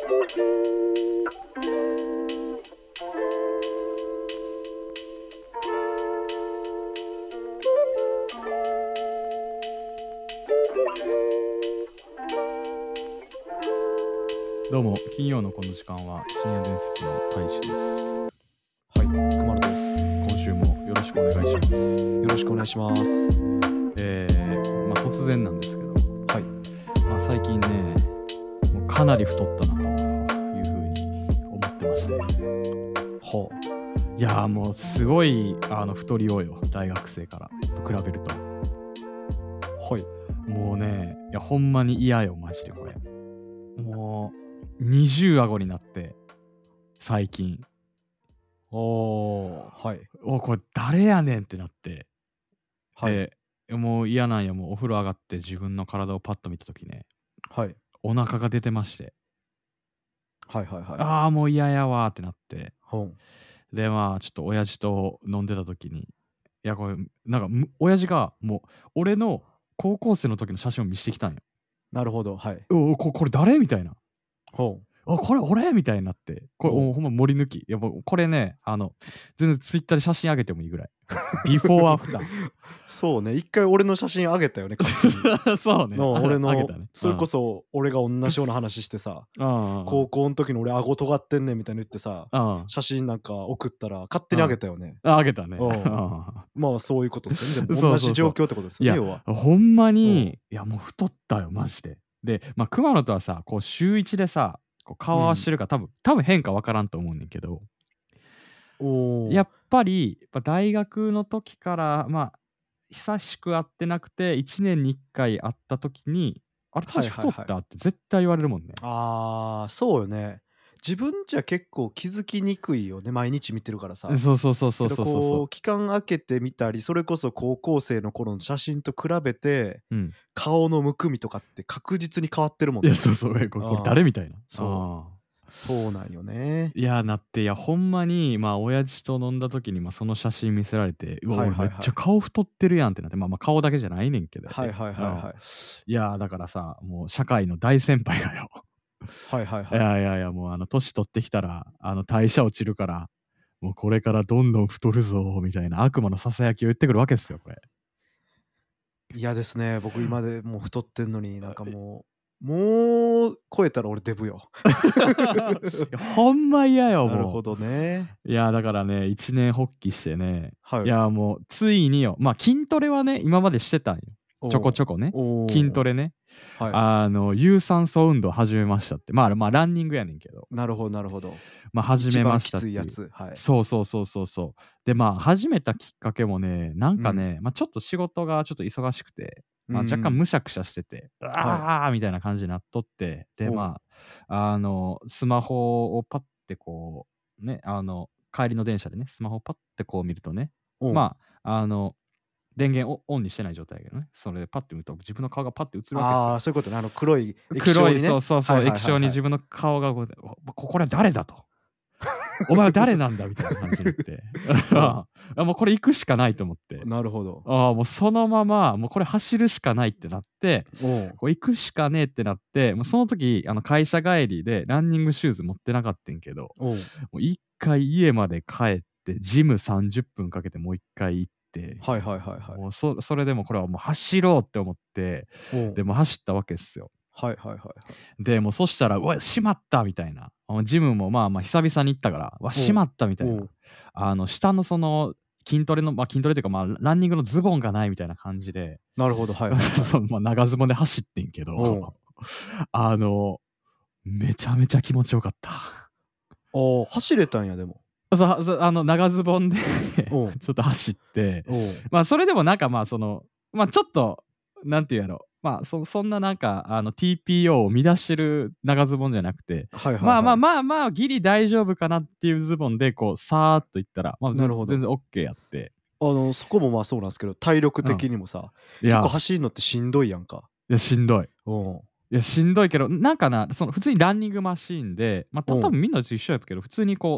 どうも、金曜のこの時間は深夜伝説の大使です。 はい、くまるです。 今週もよろしくお願いします。 よろしくお願いします。 突然なんですけど、 はい。 最近ね、もうかなり太ったなというふうに思ってまして。いやーもうすごい太りようよ、大学生からと比べると。 はい。 もうね、いやほんまに嫌よ、マジでこれ。もう二重顎になって最近。 はい。 これ誰やねんってなって。 はい。 で、もう嫌なんや、もうお風呂上がって自分の体をパッと見たときね、 はい。 お腹が出てまして、 はいはいはい。 ああ、もう嫌やわーってなって、 ほん。 で、ちょっと親父と飲んでたときに、いや、これ、なんか、親父がもう、俺の高校生の時の写真を見してきたんよ。 なるほど。はい。 これ誰みたいな。 ほん。 これ俺みたいになって、これ、ほんま盛り抜き。いや、もうこれね、全然ツイッターで写真上げてもいいぐらい。ビフォーアフター。 そうね、一回俺の写真あげたよね、勝手に。 そうね。 俺の、 あげたね。 それこそ俺が同じような話してさ、 高高校の時の俺顎尖ってんねんみたいに言ってさ、 うん。 写真なんか送ったら勝手にあげたよね。 あげたね。 まあそういうことですよね。でも同そうそうそうじ状況ってことですいよね、 や要は。 ほんまに、いやもう太ったよマジで。で、熊野とはさ、こう週1でさ、こう顔合わしてるから、多分変化わからんと思うねんけど、やっぱり大学の時から久しく会ってなくて1年に1回会った時に、あれ大志太ったって絶対言われるもんね。 ああ、そうよね。自分じゃ結構気づきにくいよね、毎日見てるからさ。 そうそうそうそうけどそうそうそこう、期間空けてみたり、それこそ高校生の頃の写真と比べて、 う。うん。 顔のむくみとかって確実に変わってるもんね。 いや、そうそう、これ誰みたいな。 そうなんよね。 いや、なって、いや、ほんまに、親父と飲んだ時に、その写真見せられて、うわ、 はいはいはい俺めっちゃ顔太ってるやんってなって、顔だけじゃないねんけどやで。 はいはいはいはい。 いや、だからさ、もう社会の大先輩がよ。 はいはいいはい。 やいやいや、もう年取ってきたら、代謝落ちるから、もうこれからどんどん太るぞ、みたいな悪魔のささやきを言ってくるわけっすよ、これ。 嫌ですね。僕今でもう太ってんのに、なんかもう超えたら俺デブよ。 いや、ほんま嫌よ、もなるほどね。 う。いや、だからね、一年発起してね、 はい。 いや、もうついによ、筋トレはね、今までしてたんよ。ちょこちょこね。筋トレね。 はい。 有酸素運動始めましたって。ランニングやねんけど。 なるほどなるほど。 始めましたっていう。 一番きついやつ。はい。 そうそうそうそうそう。で、始めたきっかけもね、なんかね、ちょっと仕事がちょっと忙しくて、若干むしゃくしゃしてて、ああみたいな感じになっとって、で、スマホをパッてこう、ね、帰りの電車でね、スマホをパッてこう見るとね、電源をオンにしてない状態やけどね。それでパッて見ると、自分の顔がパッて映るわけですよ。 ああ、そういうことね。黒い液晶黒い、 にね。 そうそうそう、液晶に自分の顔がこれは誰だと。お前は誰なんだみたいな感じになって。もうこれ行くしかないと思って。 なるほど。 もうそのまま、もうこれ走るしかないってなって、こう行くしかねえってなって、もうその時、会社帰りでランニングシューズ持ってなかったんけど、もう一回家まで帰って、ジム30分かけてもう一回行って、 はいはいはいはい。 もうそれでもこれはもう走ろうって思って、でも走ったわけっすよ。 はいはいはいはい。 で、もうそしたら、うわ、しまったみたいな。ジムも久々に行ったから、うわ、しまったみたいな。下のその筋トレ筋トレというか、ランニングのズボンがないみたいな感じで、 なるほど、はいはいはい。 長ズボンで走ってんけど、めちゃめちゃ気持ちよかった。 走れたんや、でも。 長ズボンでちょっと走って、それでもなんかちょっと、なんていうやろ、そんななんかTPO を乱してる長ズボンじゃなくて、ギリ大丈夫かなっていうズボンでこうさーっといったら、全然 OK やって。 そこもそうなんですけど、体力的にもさ、結構走るのってしんどいやんか。 いや、しんどい。いや、しんどいけど、なんかな、普通にランニングマシーンで、多分みんな一緒やったけど、普通にこう、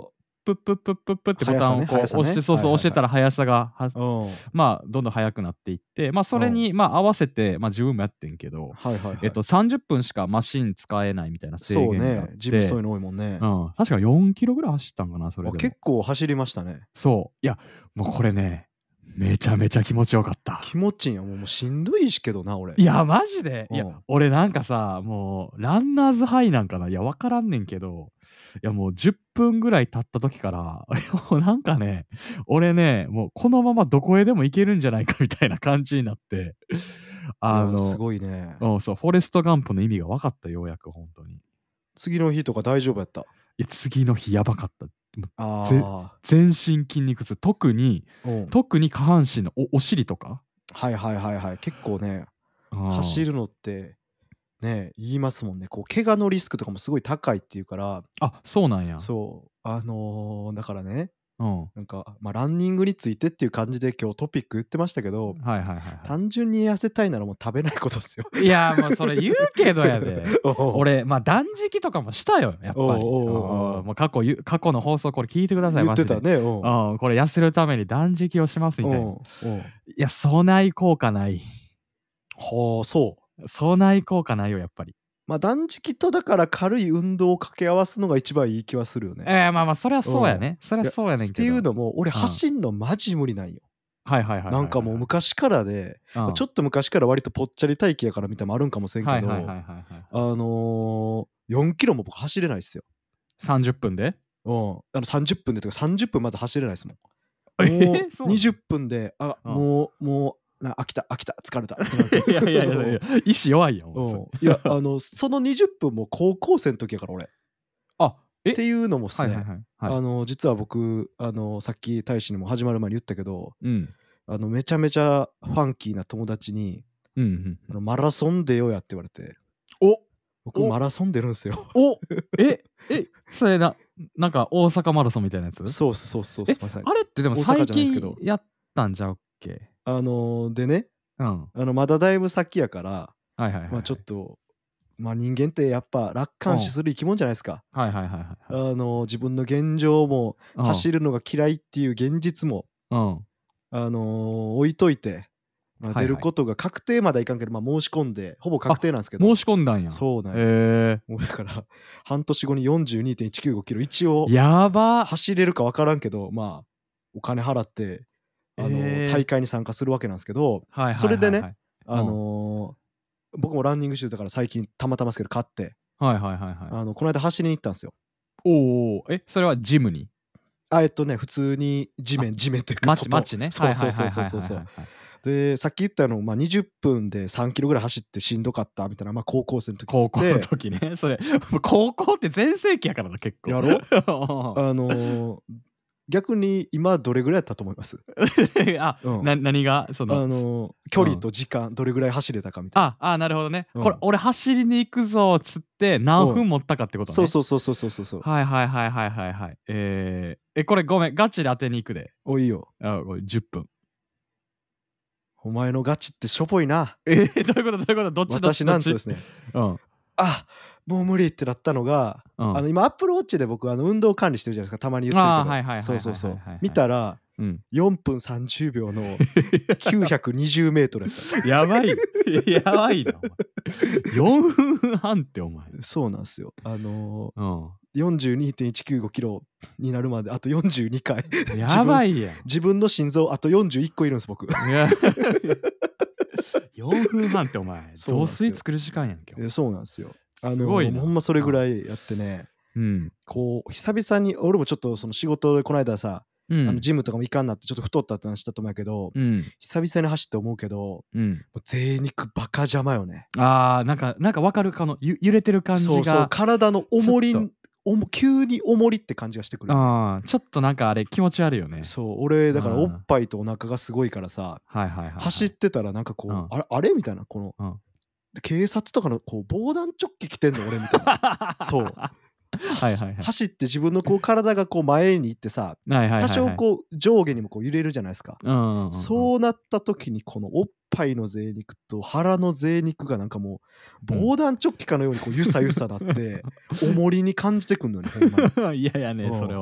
プップップップップってボタンをこう速さね押して、そうそう、押してたら速さがうんまあどんどん速くなっていって、まあそれにまあ合わせて、まあ自分もやってんけど、 はいはいはい。 30分しかマシン使えないみたいな制そうね。 限があって、 ジムそういうの多いもんね。 確か4キロぐらい走ったんかな、それでも。 結構走りましたね。 そう。いや、もうこれね、めちゃめちゃ気持ちよかった。 気持ちいいんや。もうしんどいしけどな、俺。 いや、マジで。いやうん、 俺なんかさ、もう、ランナーズハイなんかな、いや、わからんねんけど、いや、もう10分ぐらい経った時から、もうなんかね、俺ね、もうこのままどこへでも行けるんじゃないかみたいな感じになって、 すごいね。 そう、フォレストガンプの意味が分かった、ようやく、本当に。 次の日とか大丈夫やった？ いや、次の日やばかった。 あ全身筋肉痛、特にあ。 下半身のお尻とか。 はいはいはいはい。結構ね、走る。 るのってね、言いますもんね。こう怪我のリスクとかもすごい高いっていうから、 あ、そうなんや。 そう、だからね、 うん。 なんか、ランニングについてっていう感じで今日トピック言ってましたけど、 はいはいはいは単純に痩せたいならもう食べないことですよ。 い。いや、もうそれ言うけどやで。 おう俺、まあ断食とかもしたよ、やっぱり。 おうおうおうもう過去の放送これ聞いてください、マジで。 言ってたね。おうこれ痩せるために断食をしますみたいな。 おうおういや、そない効果ない。 はあ、そう。 そない効果ないよ、やっぱり。 断食とだから軽い運動を掛け合わすのが一番いい気はするよね。 まあまあ、そりゃそうやね。そりゃそうやねんってけど。 いうのも、俺うん走んのマジ無理なんよ。 はいはいはいはいはい。 なんかもう昔からで、ちょっと昔から割とぽっちゃり体型やからみたいなのもあるんかもしれんけど、 はいはいはいはいはい。 4キロも僕走れないですよ。 30分で 30分でとか30分まず走れないですもん。もうそうなの 20分で、もう飽きた疲れたってなっていやいやいやいや、意志弱いよ。 いやその20分も高校生の時やから俺。 あ、 っていうのもですね、 はいはいはいはい。 実は僕さっき大使にも始まる前に言ったけど、 うん。 めちゃめちゃファンキーな友達にうんうん。 マラソン出ようやって言われて、僕マラソン出るんですよ。 それなんか大阪マラソンみたいなやつ？ そうそうそう、すいません。 あれってでも大阪最じゃないですけど近やったんちゃうっけ？ でね、 うん。 まだだいぶ先やから、 はいはいはい。 ちょっと人間ってやっぱ楽観視する生き物じゃないですか。 はいはいはいはい。 自分の現状も走るのが嫌いっていう現実もうん。 置いといて、 はい出ることが確定まではいかんけど、申し込んでほぼ確定なんですけど、 申し込んだんや。 そうなんや。 へもうだから半年後に 42.195 キロ一応え。やば。 走れるか分からんけど、お金払って大会に参加するわけなんですけど、それでね、僕もランニングシューズだから最近たまたまですけど買って、 はいはいはいはい。 この間走りに行ったんですよ。 おお、それはジムに？ 普通に地面というか街ね。 そうそうそうそうそう。でさっき言ったの20分で3キロぐらい走ってしんどかったみたいな、高校生の時高校の時ね。それ高校って全盛期やからな、結構。 やろ逆に今どれぐらいやったと思います？ 何がその距離と時間どれぐらい走れたかみたいな。 なるほどね。これ俺走りに行くぞっつって何分持ったかってことね。 そうそうそうそうそうそう。 はいはいはいはいはいはい。これごめん、ガチで当てに行くで。 いいよ。 10分。 お前のガチってしょぼいな。 どういうことどっち私なんとですね、もう無理ってなったのが、今アップルウォッチで僕運動管理してるじゃないですか、たまに言ってるけど、そうそうそう、見たら4分30秒の920メートルやった。 やばいやばいなお前。4分半ってお前。 そうなんですよ。42.195 キロになるまであと42回。 やばいやん。 自分の心臓あと41個いるんです僕。 4分半ってお前雑炊作る時間やんけ。 そうなんですよ。 すごいな。 ほんまそれぐらいやってね、こう久々に俺もちょっとその仕事でこの間さ、ジムとかも行かんなってちょっと太ったって話したと思うけど、久々に走って思うけど、もう贅肉バカ邪魔よね。 なんか分かるかの揺れてる感じが。 そうそう、体の重り急に重りって感じがしてくる、 ちょっとなんかあれ気持ち悪いよね。 そう俺だからおっぱいとお腹がすごいからさ、走ってたらなんかこう、あれみたいな、この、警察とかのこう防弾チョッキ着てんの俺みたいな。そう走って自分のこう体がこう前に行ってさ、多少こう上下にもこう揺れるじゃないですか。そうなった時にこのおっぱいの贅肉と腹の贅肉がなんかもう防弾チョッキかのようにこうゆさゆさなって重りに感じてくんのよね、ほんまに。 嫌やねそれは。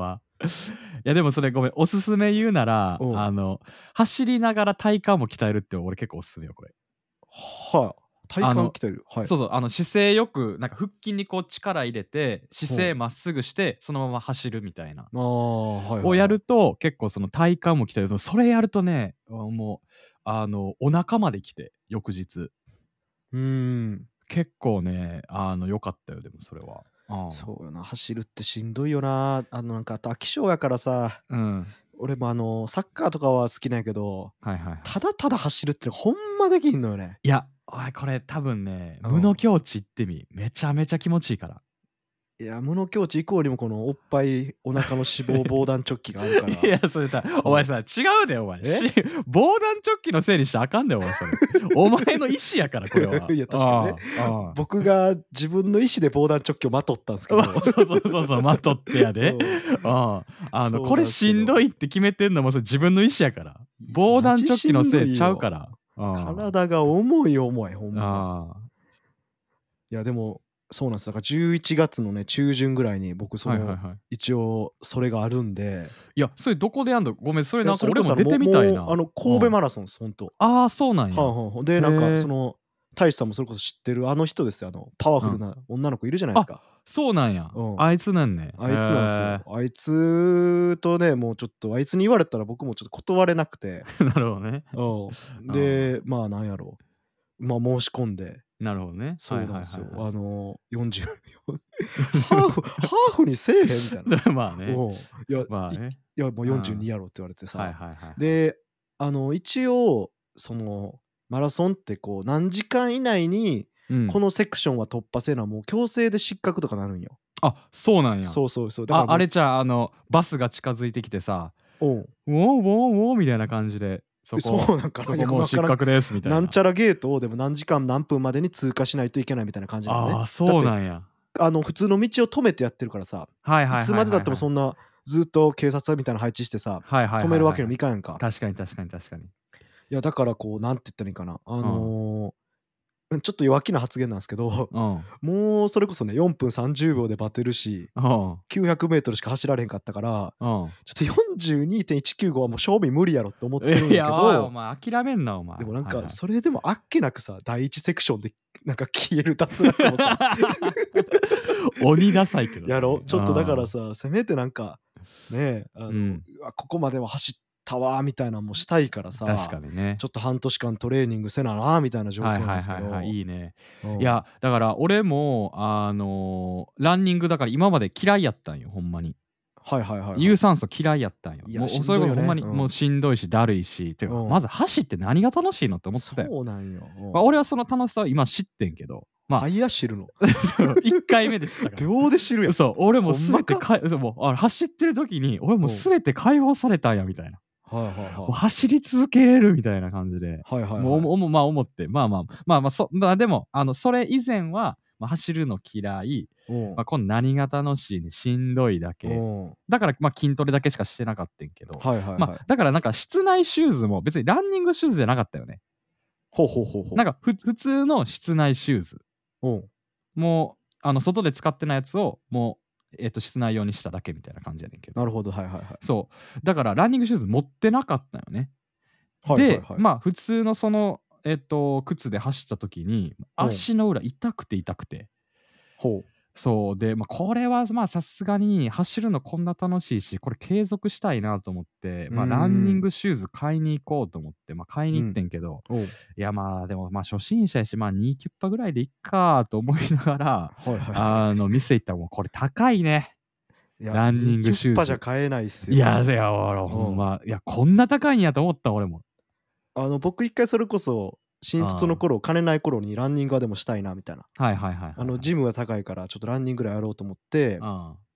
やでもそれごめん、おすすめ言うなら、 うん。 走りながら体幹も鍛えるって俺結構おすすめよ、これ。 はい。体あの、 幹鍛える。はい。 そうそう、姿勢よく、なんか腹筋にこう力入れて、姿ほう。 勢まっすぐして、そのまま走るみたいな。 ああ、はいをやはいはい。 ると、結構その体幹も鍛えると、それやるとね、もう、お腹まで来て、翌日。 うーん。 結構ね、良かったよ、でもそれは。 そうよな、走るってしんどいよな。なんか、あと飽き性やからさ、 うん。 俺もサッカーとかは好きなんやけど、 はいはいはい。 ただただ走るってほんまできんのよね。 いや、おい、これ多分ね、 うん。 無の境地行ってみ。めちゃめちゃ気持ちいいから。 いや、無の境地以降にもこのおっぱい、お腹の脂肪防弾チョッキがあるかいら。 や、それお前そう。 さ、違うで、お前。 え防弾チョッキのせいにしちゃあかんで、お前それ。お前の意思やから、これは。 いや、確かにね。 あ僕が自分の意思で防弾チョッキをまとったんですけあ。 ど。 そうそうそうそう、まとってやで。 うん。そうこれなんすけど。 しんどいって決めてんのもそれ自分の意思やから。 いや、 防弾チョッマジしんキのせいちどいよ。 ゃうから。 体が重い重い、ほんま。 ああ。 いや、でも、そうなんです。だから11月のね、中旬ぐらいに僕はいはいはい。 一応それがあるんで、 いや、それどこでやんの？ごめん、それいや、 なんかそれこそ俺も出てみたいな。 神戸マラソンです、ほんと。 ああ、そうなんや。 はあはあはあ。で、 へなんかえ。 大志さんもそれこそ知ってるあの人ですよ、パワうん。 フルな女の子いるじゃないですあ、 か。 そうなんや。 うん。 あいつなんね。へあいつなんすよ。 え。 あいつとね、もうちょっとあいつに言われたら僕もちょっと断れなくて、 なるほどね。 うん。 ああ、 で、まあ、なんやろう、ま、申し込んで、 なるほどね。はいはいそうなんすよ。 はいはい。 40ハーフにせえへんみたいな。 まあね。 うん。いや、 まあね。 いや、もううん。 42やろって言われてはいさ。 はいはいはい。 で、一応、マラソンって何時間以内に、 うん。 このセクションは突破せな、もう強制で失格とかなるんよ。 あ、そうなんや。 そうそうそう。だからあもう、 れじゃあ、バスが近づいてきてさ、 うん。 ウォーウォーウォーみたいな感じで、そこそうなんかな。いや、 そこもうわからん。 失格ですみたいな。 なんちゃらゲートをでも何時間何分までに通過しないといけないみたいな感じなのね。 ああ、 だって、 そうなんや。 普通の道を止めてやってるからさ、 はいはいいつまで経ってはいはいはい。 もそんな、ずっと警察みたいなの配置してさ、 はいはい止めるわけにはいはいはい。 もいかんやんか。 確かに確かに確かに。 いや、だからなんて言ったらいいんかな。 うん。 ちょっと弱気な発言なんですけど、 うん。 もうそれこそね、4分30秒でバテるし、 うん。 900メートルしか走られへんかったから、 うん。 ちょっと42.195はもう勝負無理やろって思ってるんやいや、おい、おけど、 前諦めんな、お前。 でもなんか、 はいはい。 それでもあっけなくさ、第一セクションでなんか消える脱落もさ、 鬼ダサいけどね。 ちょっとだからさ、せめてなんか、ね、 うん。 うわ、ここまでは走ったわみたいなのもしたいから確かさ、 にね。 ちょっと半年間トレーニングせななみたいな状はい況なんはいはいはい、 ですけど、 いいね。 うん。 いや、だから俺も、ランニングだから今まで嫌いやったんよ、ほんまに。 はいはいはいはい。 有酸素嫌いやったんよ。 いや、 もうしんそれこそほんまどいよね。 にもうしんどいし、だるいし、てか、まうん。 ず走って何が楽しいのって思ってたよ。 そうなんよ。 まあ、俺はその楽しさを今知ってんけど、まはいや、知るの。 あ、1回目で知ったから。 秒で知るやん。 そう、俺もほんまか？ そう、もう、走ってる時に、俺もうん。 全て解放されたんやみたいな。 はいはいもうはい。 走り続けれるみたいな感じで、 はいはいはい。 まあ、思って、まあ、でも、それ以前は、まあ、走るの嫌い、 うん。 まあ、今度何が楽しいね、しんどいだうけ。 ん。 だから、まあ、筋トレだけしかしてなかったんけど、 はいはいまあ、 はい。 だからなんか室内シューズも別にランニングシューズじゃなかったよね。 ほうほうほうほう。 なんか普通の室内シューズ。 うん。 もう、外で使ってないやつを、もう、室内用にしただけみたいな感じやねんけど。 なるほど、はいはいはい。 そう。だからランニングシューズ持ってなかったよね。で、 はいはいはい。 まあ、普通の靴で走った時に、 うん。 足の裏痛くて痛くて。 ほう。 そう、で、まあ、これは、まあ、さすがに走るのこんな楽しいし、これ継続したいなと思って、 うーまあ、ランニンん。 グシューズ買いに行こうと思って、まあ、買いに行ってうん。 んけど、 おう。 いや、まあ、でも、まあ、初心者やし、まあ、2キュッパぐらいでいっかと思いながら、 はいはいはい。 店行ったらもうこれ高いね。 いや、2 ランニングキュッパじゃシューズ。 買えないっすよ。 いや、ほら、 うん。 ほんま、いや、こんな高いんやと思った俺も。 僕一回それこそ、新卒のあ頃、金ない頃にランニングはでもしたいなみたいな。 あ、はいはいはいはいはい。 ジムが高いから、ちょっとランニングぐらいやろうと思って、 ああ、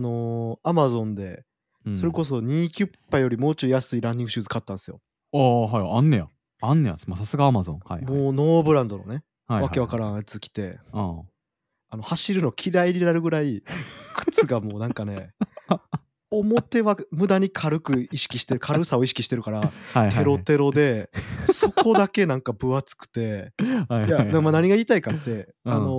Amazon で、 うん。 それこそ2キュッパよりもうちょい安いランニングシューズ買ったんすよ。 ああ、はい、あんねや。あんねや。ま、さすがアマゾン。はいはい。 もうノーブランドのね、 はいわはいはいはい。 けわからんやつ着て、 あ走るの嫌いになるぐらい、靴がもうなんかね、 あ。 表は無駄に軽さを意識してるから、 はいはいはい。 テロテロで、そこだけなんか分厚くて、 はいいや、 はいはい。 何が言いたいかって、 うん。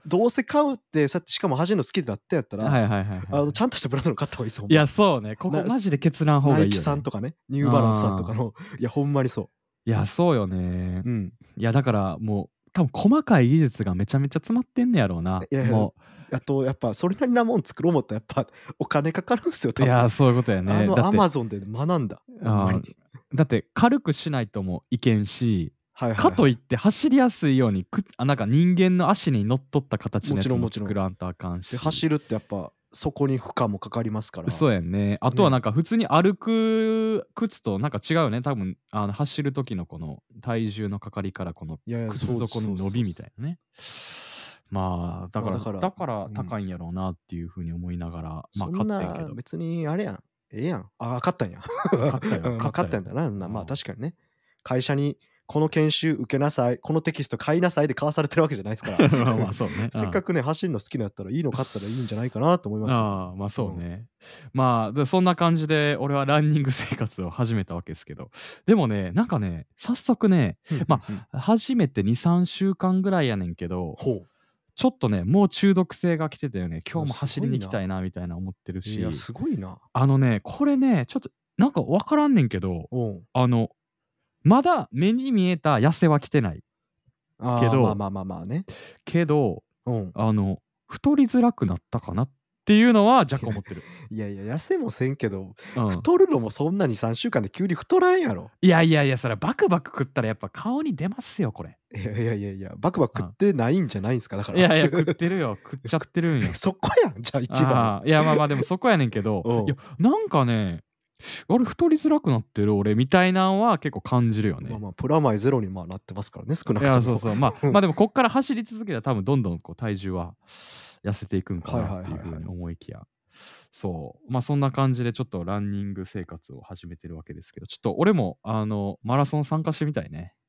どうせ買うってさって、しかも走るの好きだったやったら、 はいはいはいはい。 ちゃんとしたブランドの買った方がいいです。ほんいや、 まそうね。ここマジで決断方ナイキがいいよね。 さんとかね、ニューバランスさんとかの、いや、ほんまにそう。 いや、そうよね。 うん。 いや、だからもう、多分細かい技術がめちゃめちゃ詰まってんねやろうな。 いやいや、 もあとやっぱそれなりなもん作ろう思ったらやっぱお金かかるんすよ、 う、 多分。 いや、そういうことやね。だアってマゾンで学んだ。ほんまに。 だって軽くしないともいけんし、 はいはいはい、 かといって走りやすいようになんか人間の足にのっとった形のやつももちろん作らんとあかんし。 で走るってやっぱそこに負荷もかかりますから。 そうやんね。あとはなんか普通に歩く靴となんか違うよね。多分走る時のこの体重のかかりからこの靴底の伸びみたいなね。まあだから高いんやろうなっていうふうに思いながら、まあ買ってんけど。 別にあれやん。ええやん。買ったんや。買ったんだな。まあ確かにね。会社にこの研修受けなさい、このテキスト買いなさいで買わされてるわけじゃないですから。 まあそうね。 せっかくね、走るの好きなやったらいいの買ったらいいんじゃないかなと思いますよ。 まあそうね。まあそんな感じで俺はランニング生活を始めたわけですけど、でもね、なんかね、早速ね、まあ初めて2、3週間ぐらいやねんけど、ちょっとね、もう中毒性が来てたよね。今日も走りに行きたいなみたいな思ってるし。 いや、すごいな。 これね、ちょっとなんか分からんねんけど、まだ目に見えた痩せは来てない。けど、 まあね。 けど、太りづらくなったかなっていうのは若干思ってる。 いやいや、痩せもせんけど、太るのもそんなに3週間で急に太らんやろ。 いやいやいや、それバクバク食ったらやっぱ顔に出ますよ、これ。 いや、バクバク食ってないんじゃないんすか、だから。 いやいや、食ってるよ。食っちゃってるんよ。 そこやん、じゃあ一番。 いや、まあでもそこやねんけど、いや、なんかね、あれ太りづらくなってる俺みたいなんは結構感じるよね。 まあプラマイゼロになってますからね、少なくとも。 いや、そうそう。まあでもこっから走り続けたら多分どんどんこう体重は痩せていくんかなっていうふうに思いきや。そう。まあそんな感じでちょっとランニング生活を始めてるわけですけど、ちょっと俺もマラソン参加してみたいね。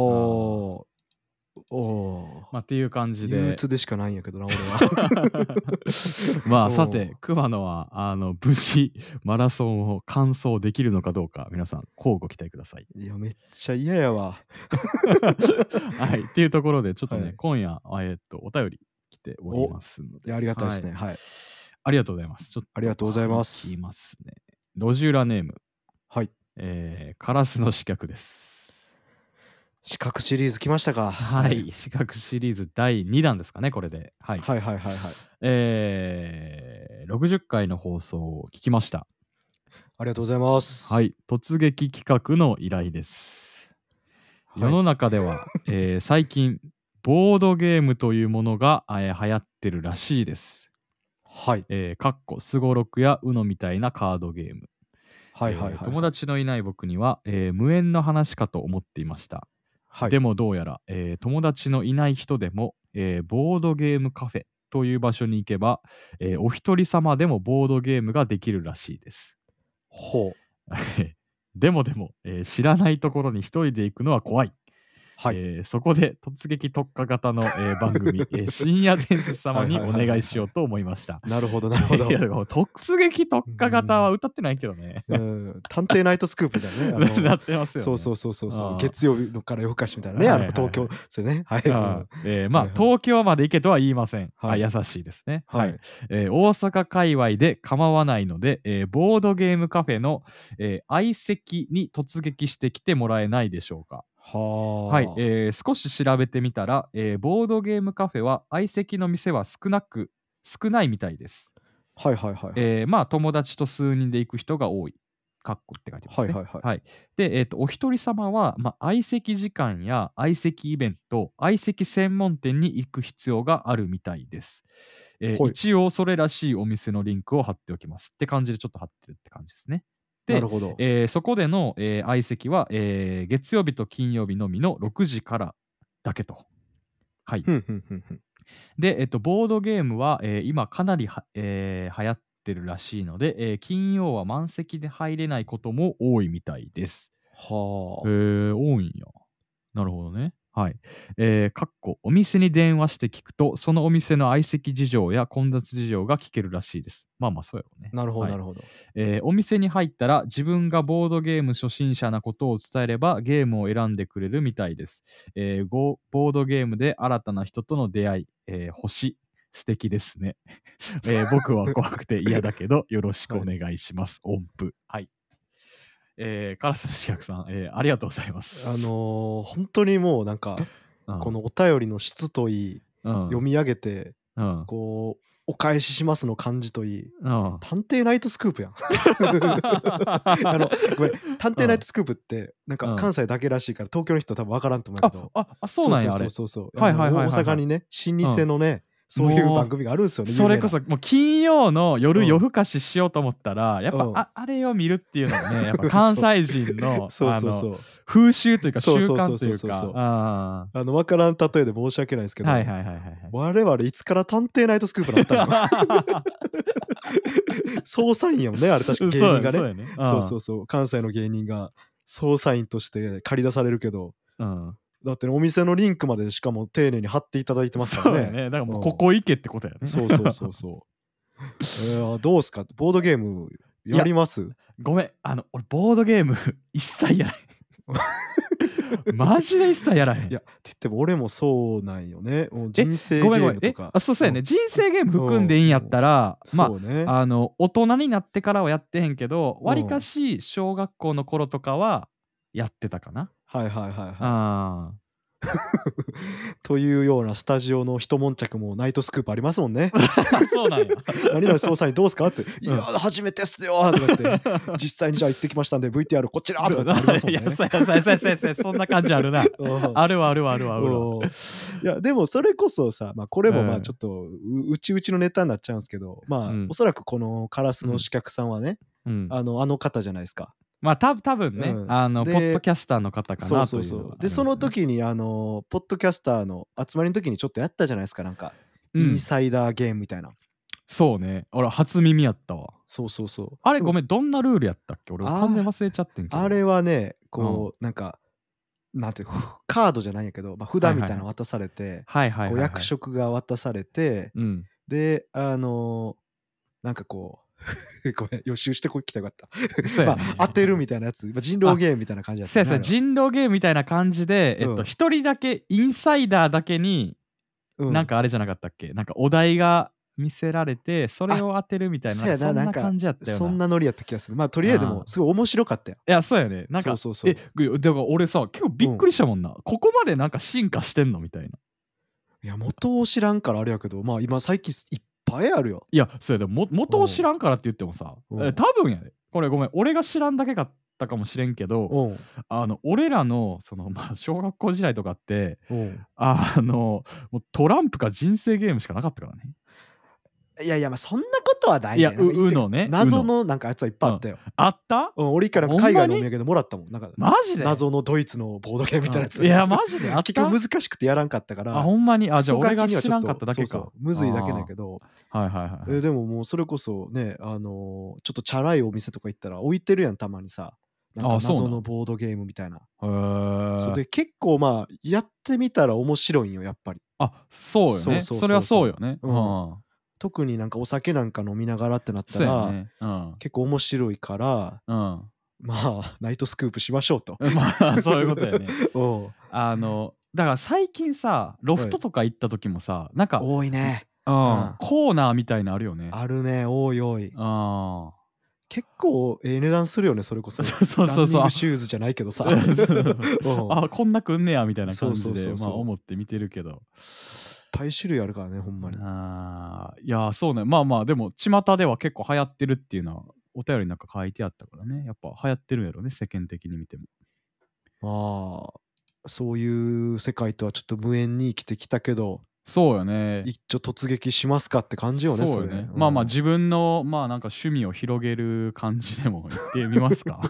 まあっていう感じで。 憂鬱でしかないんやけどな、俺は。 まあさて、熊野は無事マラソンを完走できるのかどうか、皆さん乞うご期待ください。 いや、めっちゃ嫌やわ。 はい。っていうところで、ちょっとね、今夜、お便り来ておりますので。 ありがたいですね。はい。 ありがとうございます。ちょっとありがとうございます。 聞きますね。路地裏ネーム。 はい。 カラスの四角です。 四角シリーズ来ましたか。 はい。四角シリーズ第2弾ですかね、これで。はい。60回の放送を聞きました。 ありがとうございます。 はい。突撃企画の依頼です。世の中では、最近、ボードゲームというものが、流行ってるらしいです。 はい。 スゴロクやウノみたいなカードゲーム。友達達のいない僕には、無縁の話かと思っていました。でもどうやら、友達のいない人でも、ボードゲームカフェという場所に行けば、お一人様でもボードゲームができるらしいです。 ほう。 でも、知らないところに一人で行くのは怖い。そこで突撃特化型の、番組、深夜伝説様にお願いしようと思いました。 なるほどなるほど。 いや突撃特化型は歌ってないけどね。 探偵ナイトスクープだね。 なってますよね。 そう。月曜日のから夜更かしみたいなね。東京ですよね。 まあ東京まで行けとは言いません。優しいですね。大阪界隈で構わないので、ボードゲームカフェの、相席に突撃してきてもらえないでしょうか。少し調べてみたら、ボードゲームカフェは相席の店は少ないみたいです。まあ友達と数人で行く人が多い。かっこって書いてますね。で、お一人様は、相席時間や相席イベント、相席専門店に行く必要があるみたいです。一応それらしいお店のリンクを貼っておきますって感じでちょっと貼ってるって感じですね。で、そこでの、相席は、月曜日と金曜日のみの6時からだけと。で、ボードゲームは、今かなり流行ってるらしいので、金曜は満席で入れないことも多いみたいです。多いんや。なるほどね。 はい。お店に電話して聞くと、そのお店の相席事情や混雑事情が聞けるらしいです。まあまあ、そうやろうね。 なるほど、 はい。 なるほど。 お店に入ったら自分がボードゲーム初心者なことを伝えればゲームを選んでくれるみたいです。ボードゲームで新たな人との出会い、星、素敵ですね。僕は怖くて嫌だけど、よろしくお願いします。音符。はい。カラスの四角さん、ありがとうございます。 本当にもうなんか、このお便りの質といい、読み上げて、こう、お返ししますの感じといい、探偵ナイトスクープやん。ごめん、探偵ナイトスクープって、なんか関西だけらしいから、東京の人多分分からんと思うけど。 そうなんや、あれ。 そう。大阪にね、老舗のね、そういう番組があるんですよね。 それこそもう金曜の夜夜更かししようと思ったらやっぱあれを見るっていうのがねやっぱ関西人の風習というか習慣というか分からん例えで申し訳ないですけど、我々いつから探偵ナイトスクープだったの捜査員やもんね、あれ確か芸人がね。そう、関西の芸人が捜査員として借り出されるけど、だってお店のリンクまでしかも丁寧に貼っていただいてますからね。 そうやね。だからもうここ行けってことやね。 そう。どうすかボードゲームやります？ ごめん、俺ボードゲーム一切やらへん。マジで一切やらへん。 いや、って言っても俺もそうなんよね。もう人生ゲームとか。 そうやね。人生ゲーム含んでいいんやったら、まあ、大人になってからはやってへんけど、わりかし小学校の頃とかはやってたかな。 はい。というようなスタジオの一悶着もナイトスクープありますもんね。 そうなんや。 何々捜査員どうすかって。いや、初めてっすよとかって。実際にじゃあ行ってきましたんで VTR こちらとかってありますもんね。 いや、そんな感じあるな。あるわ。 いや、でもそれこそさ、まあこれもまあちょっとうちのネタになっちゃうんですけど、まあおそらくこのカラスの四角さんはね、あの方じゃないですか。 まあ多分ね、ポッドキャスターの方かなという。 そう。で、その時にポッドキャスターの集まりの時にちょっとやったじゃないですか、なんか、インサイダーゲームみたいな。 そうね。俺初耳やったわ。 そう。 あれごめん、どんなルールやったっけ？俺完全忘れちゃってんけど。 あれはね、こう、なんか、なんていうカードじゃないんやけど、札みたいなの渡されて、役職が渡されて、で、なんかこう、ごめん、予習してきたよかった。当てるみたいなやつ、人狼ゲームみたいな感じやったね。人狼ゲームみたいな感じで、一人だけ、インサイダーだけに、なんかあれじゃなかったっけ？なんかお題が見せられて、それを当てるみたいな、そんな感じやったよな。 そんなノリやった気がする。まあ、とりあえずでも、すごい面白かったよ。 いや、そうやね。なんか、だから俺さ、結構びっくりしたもんな。ここまでなんか進化してんのみたいな。 いや、元を知らんからあれやけど、まあ今最近いっぱいあるよ。 いや、そうやでも元を知らんからって言ってもさ、多分やで。これごめん、俺が知らんだけかったかもしれんけど、俺らのそのまあ小学校時代とかって、もうトランプか人生ゲームしかなかったからね。 いや、まあそんなことはないね。 いや、UNOね。 謎のなんかやつはいっぱいあったよ。 あった？ 俺から海外のお土産でもらったもん。なんかマジで謎のドイツのボードゲームみたいなやつ。 いや、マジであった？ 結局難しくてやらんかったから。 ほんまに？じゃあ俺が知らんかっただけか。 むずいだけだけど。でももうそれこそね、ちょっとチャラいお店とか行ったら置いてるやん、たまにさ。なんか謎のボードゲームみたいな。そうで結構まあやってみたら面白いんよ、やっぱり。 そうよね。それはそうよね。 特になんかお酒なんか飲みながらってなったら、結構面白いから、まあナイトスクープしましょうと。 まあそういうことやね。だから最近さ、ロフトとか行った時もさ、なんか多いね。 コーナーみたいなあるよね。 あるね、多い。結構値段するよね、それこそ。ランニングシューズじゃないけどさ。 こんなくんねやみたいな感じで思って見てるけど。 いっぱい種類あるからね、ほんまに。 いや、そうね。まあまあ、でも、巷では結構流行ってるっていうのは、お便りなんか書いてあったからね。やっぱ流行ってるんやろね、世間的に見ても。まあ、そういう世界とはちょっと無縁に生きてきたけど、 そうよね。 一丁突撃しますかって感じよね、 そうよね。まあまあ、自分の、まあなんか趣味を広げる感じでも言ってみますか。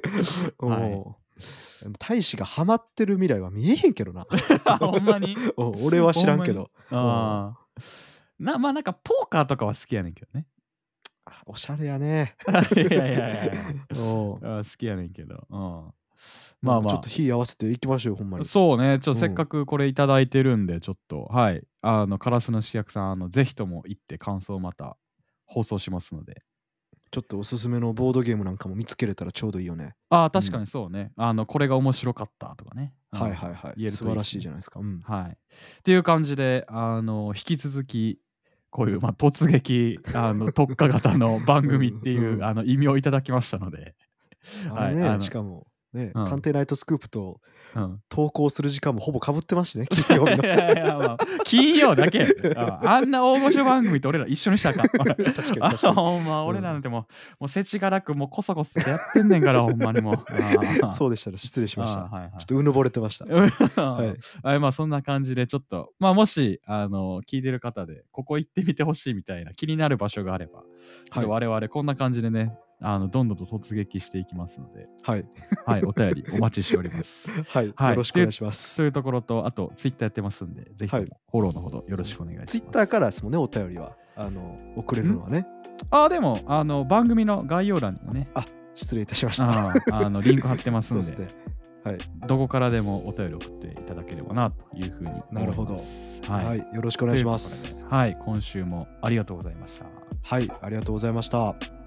大使がハマってる未来は見えへんけどな。 ほんまに？ 俺は知らんけど。 まあなんかポーカーとかは好きやねんけどね。 おしゃれやね。 いや好きやねんけど。 まあちょっと日合わせていきましょう、ほんまに。 そうね、せっかくこれいただいてるんで、ちょっと、はい、カラスの刺客さん、ぜひとも行って感想をまた放送しますので。 ちょっとおすすめのボードゲームなんかも見つけれたらちょうどいいよね。 確かにそうね。これが面白かったとかね。 はいはいはい。素晴らしいじゃないですか。 はい。っていう感じで、引き続き、こういう、突撃、特化型の番組っていう、異名をいただきましたので。 あれね、しかも、ね、探偵ナイトスクープと投稿する時間もほぼかぶってますしね、金曜日の。 金曜だけ。あんな大御所番組と俺ら一緒にしたらあかん。 確かに。 ほんま、俺らなんてもう世知辛くもうこそこそってやってんねんから、ほんまにもう。 そうでしたら失礼しました。ちょっとうぬぼれてました。 はい。そんな感じでちょっと、もし、聞いてる方で、ここ行ってみてほしいみたいな気になる場所があれば、ちょっと我々こんな感じでね、どんどんと突撃していきますので、はい、お便りお待ちしております。 はい、よろしくお願いします。 というところと、あとツイッターやってますんで、ぜひともフォローのほどよろしくお願いします。 ツイッターからですもんね、お便りは送れるのはね。 でも番組の概要欄にもね、 失礼いたしました。 リンク貼ってますんで、 はい、 どこからでもお便り送っていただければなというふうに思います。 なるほど。はい、よろしくお願いします。 はい、今週もありがとうございました。 はい、ありがとうございました。